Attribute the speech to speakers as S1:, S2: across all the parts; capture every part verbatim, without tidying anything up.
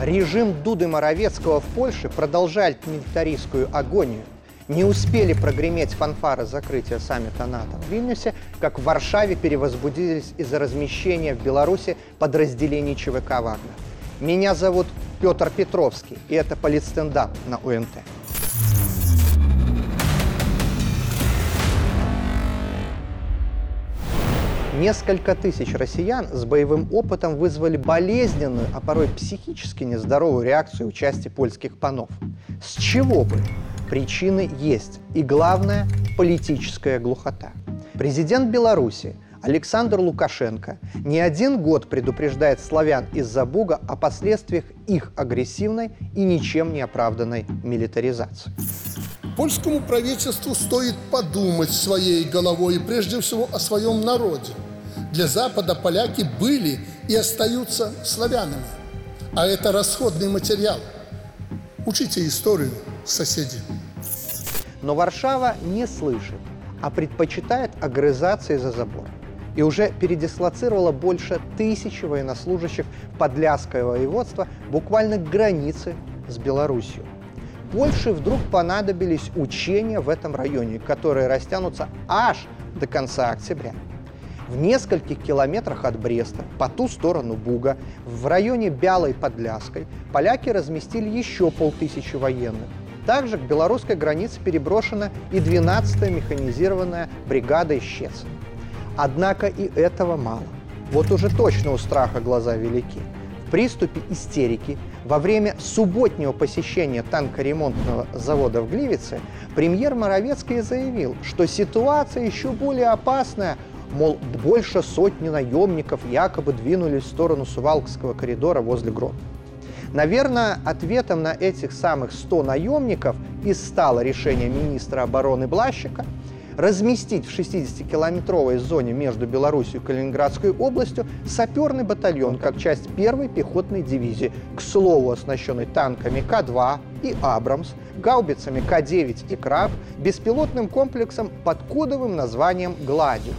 S1: Режим Дуды Моровецкого в Польше продолжает милитаристскую агонию. Не успели прогреметь фанфары закрытия саммита НАТО в Вильнюсе, как в Варшаве перевозбудились из-за размещения в Беларуси подразделений ЧВК «Вагнер». Меня зовут Петр Петровский, и это политстендап на УНТ. Несколько тысяч россиян с боевым опытом вызвали болезненную, а порой психически нездоровую реакцию в части польских панов. С чего бы? Причины есть. И главное – политическая глухота. Президент Беларуси Александр Лукашенко не один год предупреждает славян из-за Буга о последствиях их агрессивной и ничем не оправданной милитаризации.
S2: Польскому правительству стоит подумать своей головой и прежде всего о своем народе. Для Запада поляки были и остаются славянами, а это расходный материал. Учите историю, соседи.
S1: Но Варшава не слышит, а предпочитает огрызаться из-за забора. И уже передислоцировала больше тысячи военнослужащих в Подляское воеводство буквально к границе с Белоруссией. Польше вдруг понадобились учения в этом районе, которые растянутся аж до конца октября. В нескольких километрах от Бреста, по ту сторону Буга, в районе Бялой Подляской, поляки разместили еще полтысячи военных. Также к белорусской границе переброшена и двенадцатая механизированная бригада из Щецина. Однако и этого мало. Вот уже точно у страха глаза велики. В приступе истерики во время субботнего посещения танкоремонтного завода в Гливице премьер Моровецкий заявил, что ситуация еще более опасная, мол, больше сотни наемников якобы двинулись в сторону Сувалкского коридора возле Гродно. Наверное, ответом на этих самых сто наемников и стало решение министра обороны Блащика разместить в шестидесятикилометровой зоне между Белоруссией и Калининградской областью саперный батальон как часть первой пехотной дивизии, к слову, оснащенный танками К два и Абрамс, гаубицами К девять и Краб, беспилотным комплексом под кодовым названием «Гладиус».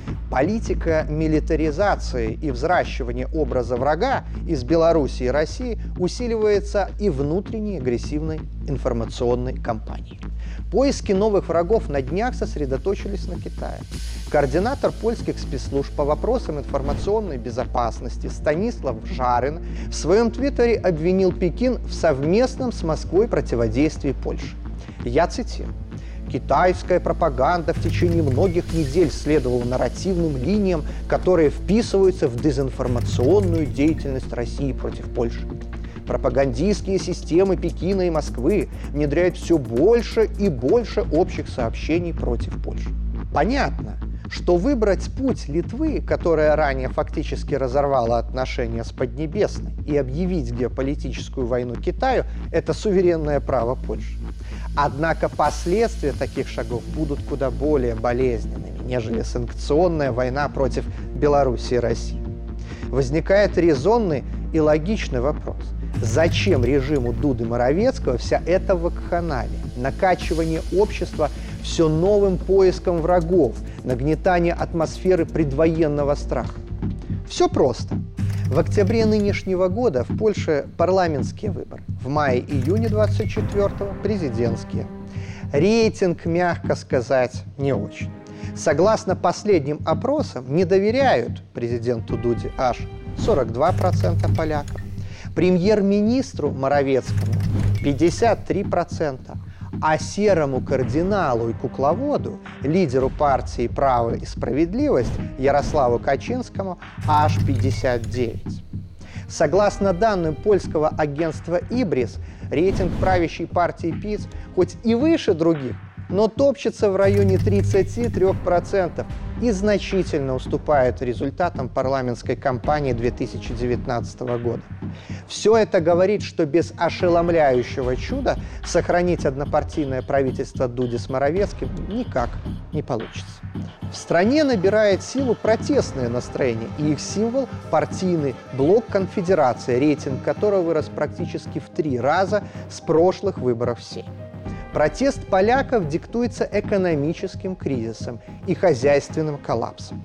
S1: Политика милитаризации и взращивания образа врага из Беларуси и России усиливается и внутренней агрессивной информационной кампанией. Поиски новых врагов на днях сосредоточились на Китае. Координатор польских спецслужб по вопросам информационной безопасности Станислав Жарин в своем твиттере обвинил Пекин в совместном с Москвой противодействии Польше. Я цитирую. Китайская пропаганда в течение многих недель следовала нарративным линиям, которые вписываются в дезинформационную деятельность России против Польши. Пропагандистские системы Пекина и Москвы внедряют все больше и больше общих сообщений против Польши. Понятно, что выбрать путь Литвы, которая ранее фактически разорвала отношения с Поднебесной, и объявить геополитическую войну Китаю – это суверенное право Польши. Однако последствия таких шагов будут куда более болезненными, нежели санкционная война против Беларуси и России. Возникает резонный и логичный вопрос. Зачем режиму Дуды Моровецкого вся эта вакханалия, накачивание общества все новым поиском врагов, нагнетание атмосферы предвоенного страха? Все просто. В октябре нынешнего года в Польше парламентские выборы, в мае-июне двадцать четвёртого президентские. Рейтинг, мягко сказать, не очень. Согласно последним опросам, не доверяют президенту Дуде аж сорок два процента поляков, премьер-министру Моровецкому пятьдесят три процента, а серому кардиналу и кукловоду, лидеру партии «Право и справедливость» Ярославу Качинскому аж пятьдесят девять процентов. Согласно данным польского агентства «Ибрис», рейтинг правящей партии ПиС хоть и выше других, но топчется в районе тридцати трёх процентов и значительно уступает результатам парламентской кампании две тысячи девятнадцатого года. Все это говорит, что без ошеломляющего чуда сохранить однопартийное правительство Дуди с Моровецким никак не получится. В стране набирает силу протестное настроение, и их символ – партийный блок конфедерации, рейтинг которого вырос практически в три раза с прошлых выборов в Сейм. Протест поляков диктуется экономическим кризисом и хозяйственным коллапсом.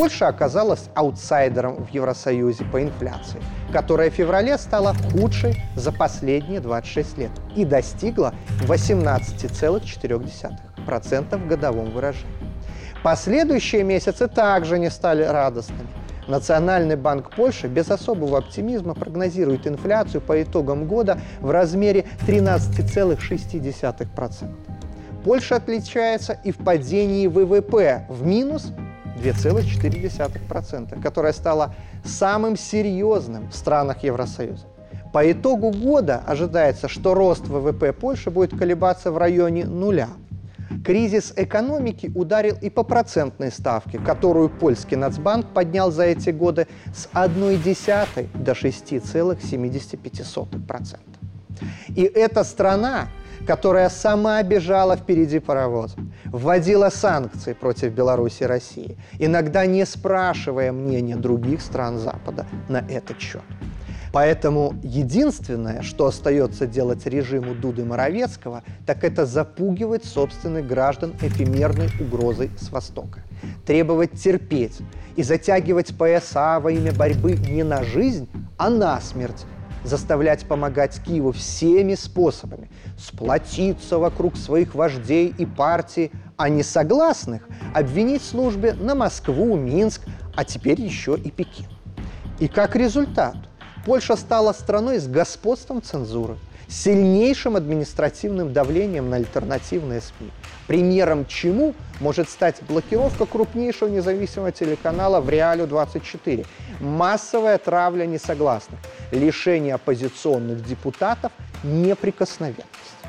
S1: Польша оказалась аутсайдером в Евросоюзе по инфляции, которая в феврале стала худшей за последние двадцать шесть лет и достигла восемнадцать целых четыре десятых процента в годовом выражении. Последующие месяцы также не стали радостными. Национальный банк Польши без особого оптимизма прогнозирует инфляцию по итогам года в размере тринадцать целых шесть десятых процента. Польша отличается и в падении вэ вэ пэ в минус два целых четыре десятых процента, которая стала самым серьезным в странах Евросоюза. По итогу года ожидается, что рост вэ вэ пэ Польши будет колебаться в районе нуля. Кризис экономики ударил и по процентной ставке, которую польский Нацбанк поднял за эти годы с одной десятой до шести целых семидесяти пяти сотых процента. И эта страна, которая сама бежала впереди паровоза, вводила санкции против Беларуси и России, иногда не спрашивая мнения других стран Запада на этот счет. Поэтому единственное, что остается делать режиму Дуды Моровецкого, так это запугивать собственных граждан эфемерной угрозой с Востока, требовать терпеть и затягивать пояса во имя борьбы не на жизнь, а на смерть, заставлять помогать Киеву всеми способами, сплотиться вокруг своих вождей и партий, а несогласных обвинить в службе на Москву, Минск, а теперь еще и Пекин. И как результат, Польша стала страной с господством цензуры, сильнейшим административным давлением на альтернативные СМИ, примером чему может стать блокировка крупнейшего независимого телеканала в Реалию двадцать четыре, массовая травля несогласных, лишение оппозиционных депутатов неприкосновенности.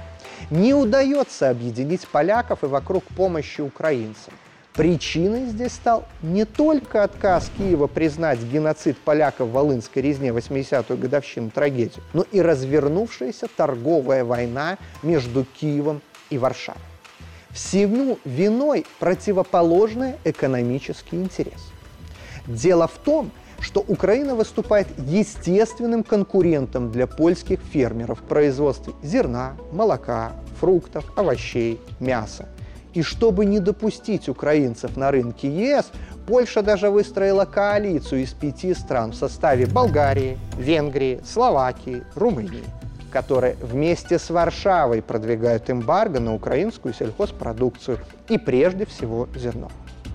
S1: Не удается объединить поляков и вокруг помощи украинцам. Причиной здесь стал не только отказ Киева признать геноцид поляков в Волынской резне восьмидесятую годовщину трагедии, но и развернувшаяся торговая война между Киевом и Варшавой. Всему виной противоположные экономические интересы. Дело в том, что Украина выступает естественным конкурентом для польских фермеров в производстве зерна, молока, фруктов, овощей, мяса. И чтобы не допустить украинцев на рынке е эс, Польша даже выстроила коалицию из пяти стран в составе Болгарии, Венгрии, Словакии, Румынии, которые вместе с Варшавой продвигают эмбарго на украинскую сельхозпродукцию и прежде всего зерно.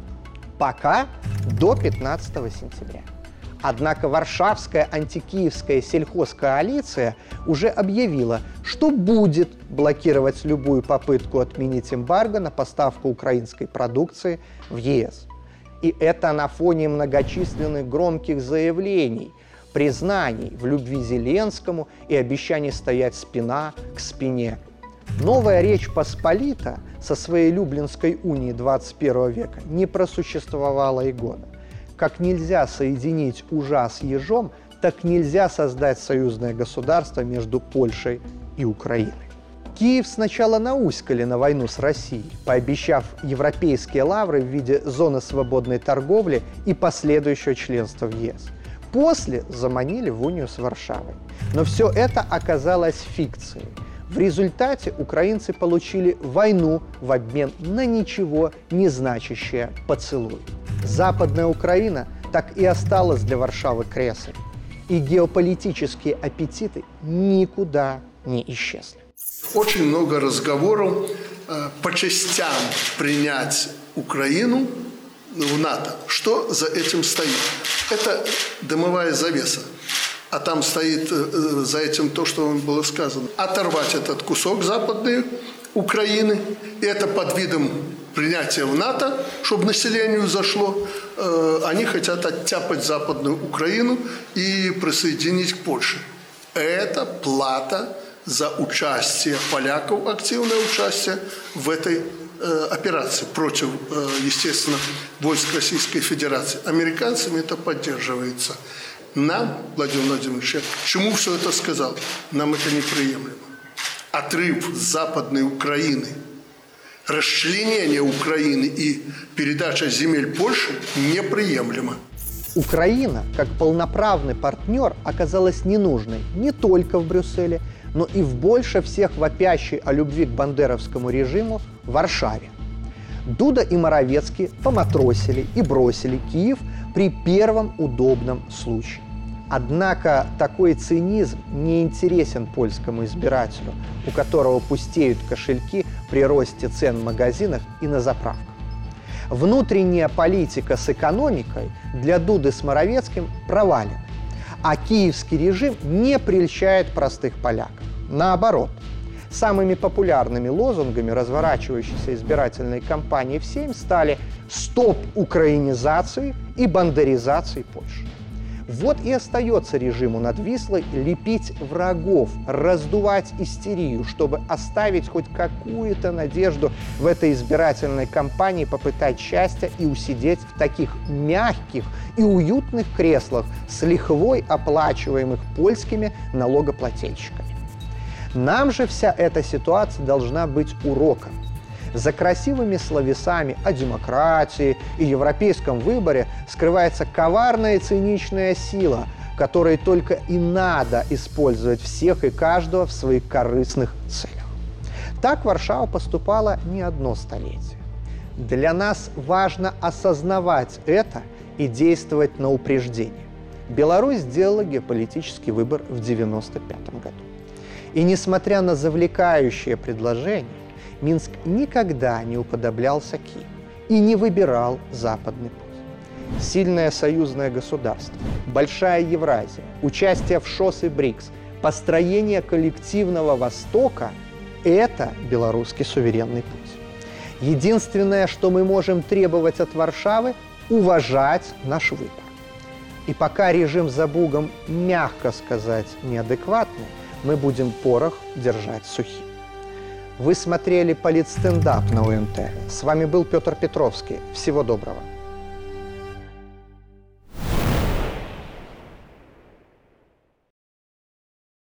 S1: Пока до пятнадцатого сентября. Однако Варшавская антикиевская сельхозкоалиция уже объявила, что будет блокировать любую попытку отменить эмбарго на поставку украинской продукции в е эс. И это на фоне многочисленных громких заявлений, признаний в любви Зеленскому и обещаний стоять спина к спине. Новая Речь Посполита со своей Люблинской унией двадцать первого века не просуществовала и года. Как нельзя соединить ужа с ежом, так нельзя создать союзное государство между Польшей и Украиной. Киев сначала науськали на войну с Россией, пообещав европейские лавры в виде зоны свободной торговли и последующего членства в е эс. После заманили в унию с Варшавой. Но все это оказалось фикцией. В результате украинцы получили войну в обмен на ничего не значащее поцелуй. Западная Украина так и осталась для Варшавы креслом, и геополитические аппетиты никуда не исчезли.
S2: Очень много разговоров э, по частям принять Украину в НАТО. Что за этим стоит? Это дымовая завеса. А там стоит э, за этим то, что было сказано. Оторвать этот кусок западной Украины. И это под видом принятия в НАТО, чтобы населению зашло. Э, они хотят оттяпать Западную Украину и присоединить к Польше. Это плата за участие поляков, активное участие в этой э, операции против, э, естественно, войск Российской Федерации. Американцами это поддерживается. Нам, Владимир Владимирович, к чему все это сказал? Нам это неприемлемо. Отрыв Западной Украины, расчленение Украины и передача земель Польши неприемлемо.
S1: Украина, как полноправный партнер, оказалась ненужной не только в Брюсселе, но и в больше всех вопящей о любви к бандеровскому режиму в Варшаве. Дуда и Моровецкий поматросили и бросили Киев при первом удобном случае. Однако такой цинизм не интересен польскому избирателю, у которого пустеют кошельки при росте цен в магазинах и на заправках. Внутренняя политика с экономикой для Дуды с Моровецким провалена, а киевский режим не прельщает простых поляков. Наоборот, самыми популярными лозунгами разворачивающейся избирательной кампании в Сейм стали «Стоп украинизации» и «Бандеризации Польши». Вот и остается режиму над Вислой лепить врагов, раздувать истерию, чтобы оставить хоть какую-то надежду в этой избирательной кампании, попытать счастья и усидеть в таких мягких и уютных креслах с лихвой, оплачиваемых польскими налогоплательщиками. Нам же вся эта ситуация должна быть уроком. За красивыми словесами о демократии и европейском выборе скрывается коварная и циничная сила, которой только и надо использовать всех и каждого в своих корыстных целях. Так Варшава поступала не одно столетие. Для нас важно осознавать это и действовать на упреждение. Беларусь сделала геополитический выбор в девяносто пятом году. И несмотря на завлекающее предложение, Минск никогда не уподоблялся Киеву и не выбирал западный путь. Сильное союзное государство, большая Евразия, участие в ШОС и БРИКС, построение коллективного Востока – это белорусский суверенный путь. Единственное, что мы можем требовать от Варшавы – уважать наш выбор. И пока режим за Бугом, мягко сказать, неадекватный, мы будем порох держать сухим. Вы смотрели политстендап на ОНТ. С вами был Петр Петровский. Всего доброго.